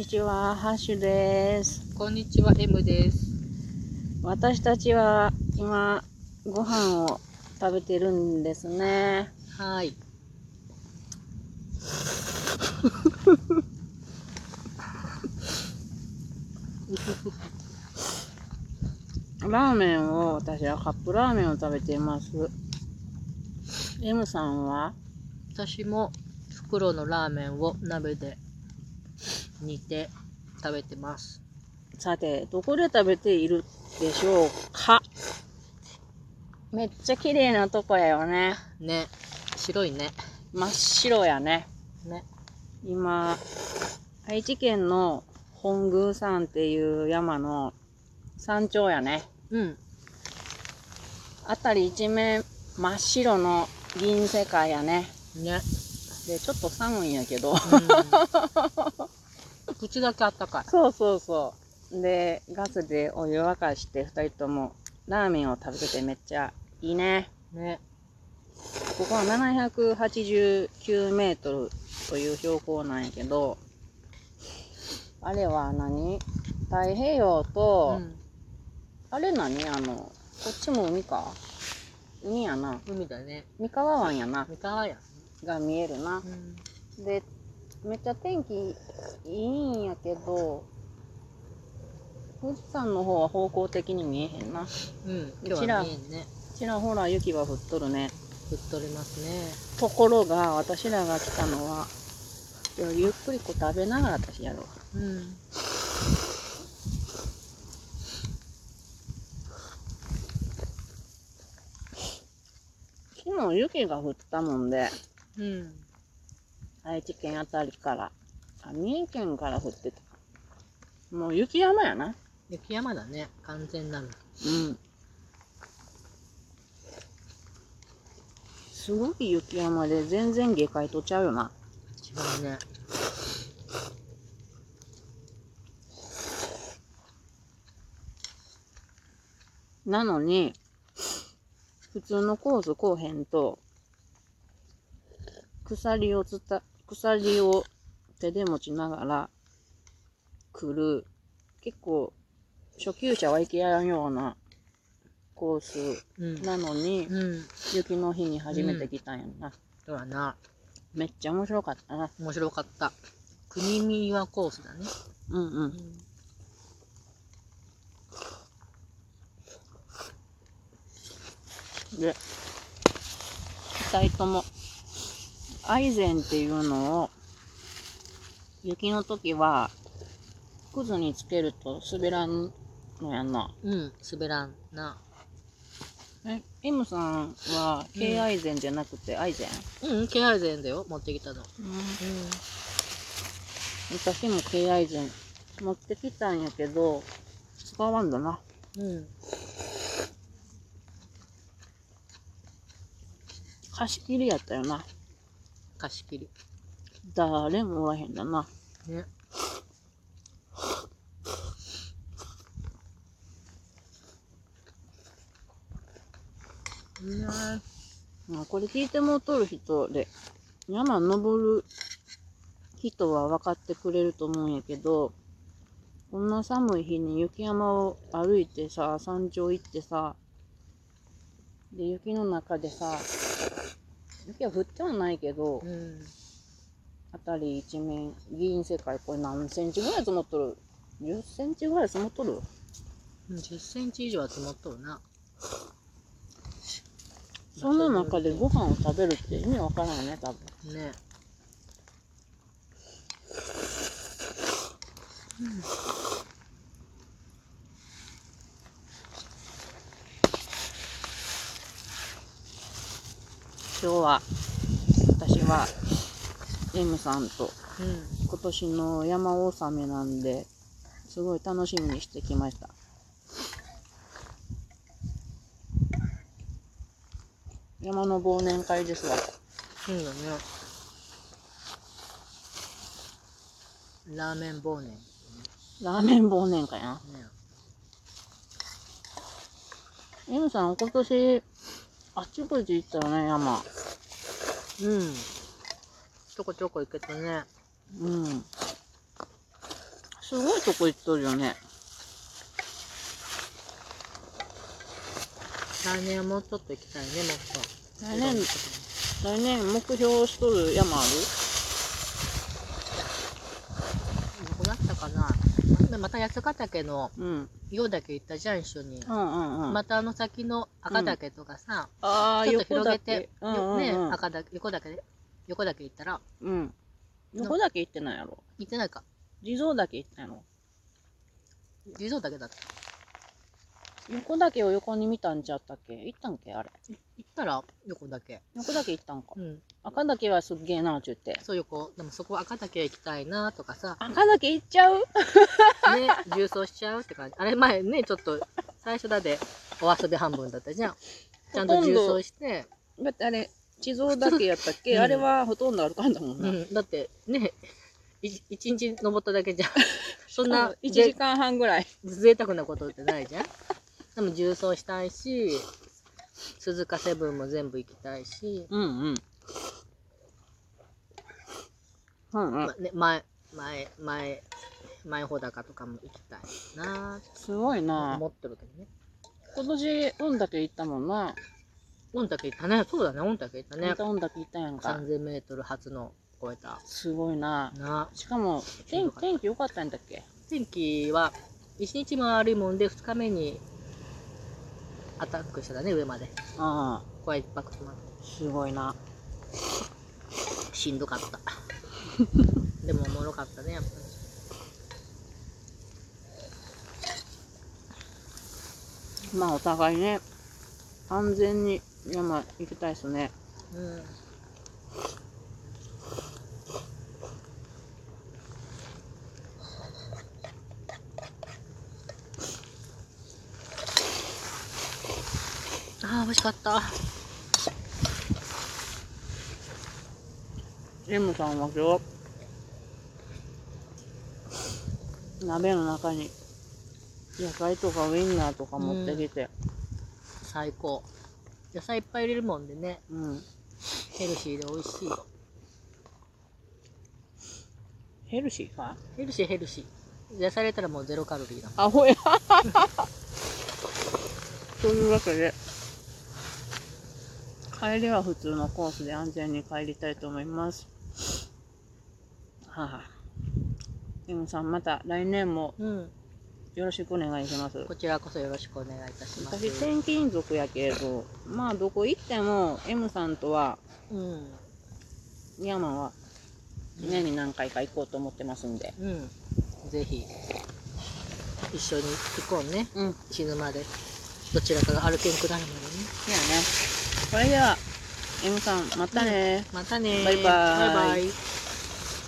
ちは、ハッシュです。 こんにちは、M です。 私たちは今、ご飯を食べてるんですね。 はい。 ラーメンを、私はカップラーメンを食べています。M さんは？ 私も袋のラーメンを鍋で煮て食べてます。 さて、どこで食べているでしょうか？めっちゃ綺麗なとこやよね。 ね。白いね。 真っ白やね。 ね。 今、愛知県の本宮山っていう山の山頂やね。 うん。 辺り一面真っ白の銀世界やね。 ね。 で、ちょっと寒いんやけど。 口だけあったかい。 そうそうそう。で、ガスでお湯沸かして二人ともラーメンを食べててめっちゃいいね。 ね。 ここは789メートルという標高なんやけど、あれは太平洋と、あれこっちも海か？海やな。 海だね。 三河湾やな。 三河や。 が見えるな。で、めっちゃ天気いいんやけど、富士山の方は方向的に見えへんな。 今日は見えんね。 ちらほら雪は降っとるね。 降っとりますね。 ところが、私らが来たのは、ゆっくり食べながら私やろう。昨日雪が降ったもんで、愛知県あたりから、三重県から降ってた。もう雪山やな。 雪山だね。完全なる。 すごい雪山で全然下界とちゃうよな。 違うね。 なのに、普通のコースこうへんと、鎖を手で持ちながら来る、結構初級者は行けやんようなコースなのに、雪の日に初めて来たんやな。 そうだな。 めっちゃ面白かったな。 面白かった。国見岩コースだね。 で、2人ともアイゼンっていうのを雪の時は靴につけると滑らんのやんな。 滑らんな。 M さんは K アイゼンじゃなくてアイゼン？ K アイゼンだよ、持ってきたの。 私も K アイゼン持ってきたんやけど、使わんだな。貸し切りやったよな。 貸し切り。 誰もおらへんだな。 ね。 これ聞いてもうとる人で、山登る人は分かってくれると思うんやけど、こんな寒い日に雪山を歩いてさ、山頂行ってさ、で、雪の中でさ、雪は降ってはないけど、辺り一面、銀世界、これ何センチぐらい積もっとる？ 10 センチぐらい積もっとる ？10センチ以上は積もっとるな。 そんな中でご飯を食べるって意味わからんよね、多分。 ね。 今日は、私は、M さんと、今年の山納めなんで、すごい楽しみにしてきました。山の忘年会ですわ。 そうだね。ラーメン忘年。 ラーメン忘年会な。M さん、今年、あちこち行ったよね、山。 ちょこちょこ行けたね。 すごいとこ行っとるよね。 来年はもうちょっと行きたいね、もっと。 来年目標しとる山ある？ どこだったかな。また八ヶ岳のうん。 陽岳行ったじゃん、一緒に。 うんうんうん。 また先の赤岳とかさ、 ああ、 ちょっと横広げて、 岳。うんうんうん。 ね、横岳行ったら、 うん。横岳行ってないやろ。 行ってないか。 地蔵岳行ったやろ。 地蔵岳だった。 横岳を横に見たんちゃったっけ？行ったんけあれ。 行ったら横岳。 横岳行ったんか。 うん。 赤岳はすっげえなっちゅって。 そう横。でもそこ赤岳行きたいなとかさ。 赤岳行っちゃう？ ね、重曹しちゃうって感じ。あれ前ね、ちょっと、最初だってお遊び半分だったじゃん。ちゃんと重曹して。 だってあれ、地蔵岳やったっけ、あれはほとんど歩かんだもんな。 だってね、一日登っただけじゃん。そんな、 1時間半ぐらい。 贅沢なことってないじゃん。でも重曹したいし、鈴鹿セブンも全部行きたいし。 うんうん。うんうん。 ね、前穂高とかも行きたいな。 すごいな。 思ってるけどね。 今年、御嶽行ったもんな。 御嶽行ったね。そうだね、御嶽行ったね。 御嶽行ったやんか。 3000メートル初の超えた。 すごいな。しかも、天気良かったんだっけ？ 天気は、1日も悪いもんで、2日目にアタックしてたね、上まで。 ああ。 これ一泊泊まって。 すごいな。 しんどかった。でもおもろかったね、やっぱり。まあ、お互いね、安全に山行きたいっすね。 うん。ああ、美味しかった。 M さんは今日、鍋の中に野菜とかウインナーとか持ってきて。 最高。野菜いっぱい入れるもんでね。 うん。 ヘルシーで美味しい。 ヘルシーか？ ヘルシー。野菜入れたらもう0カロリーだ。 アホや。というわけで、帰りは普通のコースで安全に帰りたいと思います。はあ、M さんまた来年もよろしくお願いします。 こちらこそよろしくお願いいたします。 私転勤族やけれど、まあどこ行っても M さんとは、山は年に何回か行こうと思ってますんで。 ぜひ一緒に行こうね。死ぬまで。どちらかが歩けんくなるまでね。 いやね。それでは M さんまたね。 またね。 バイバイ。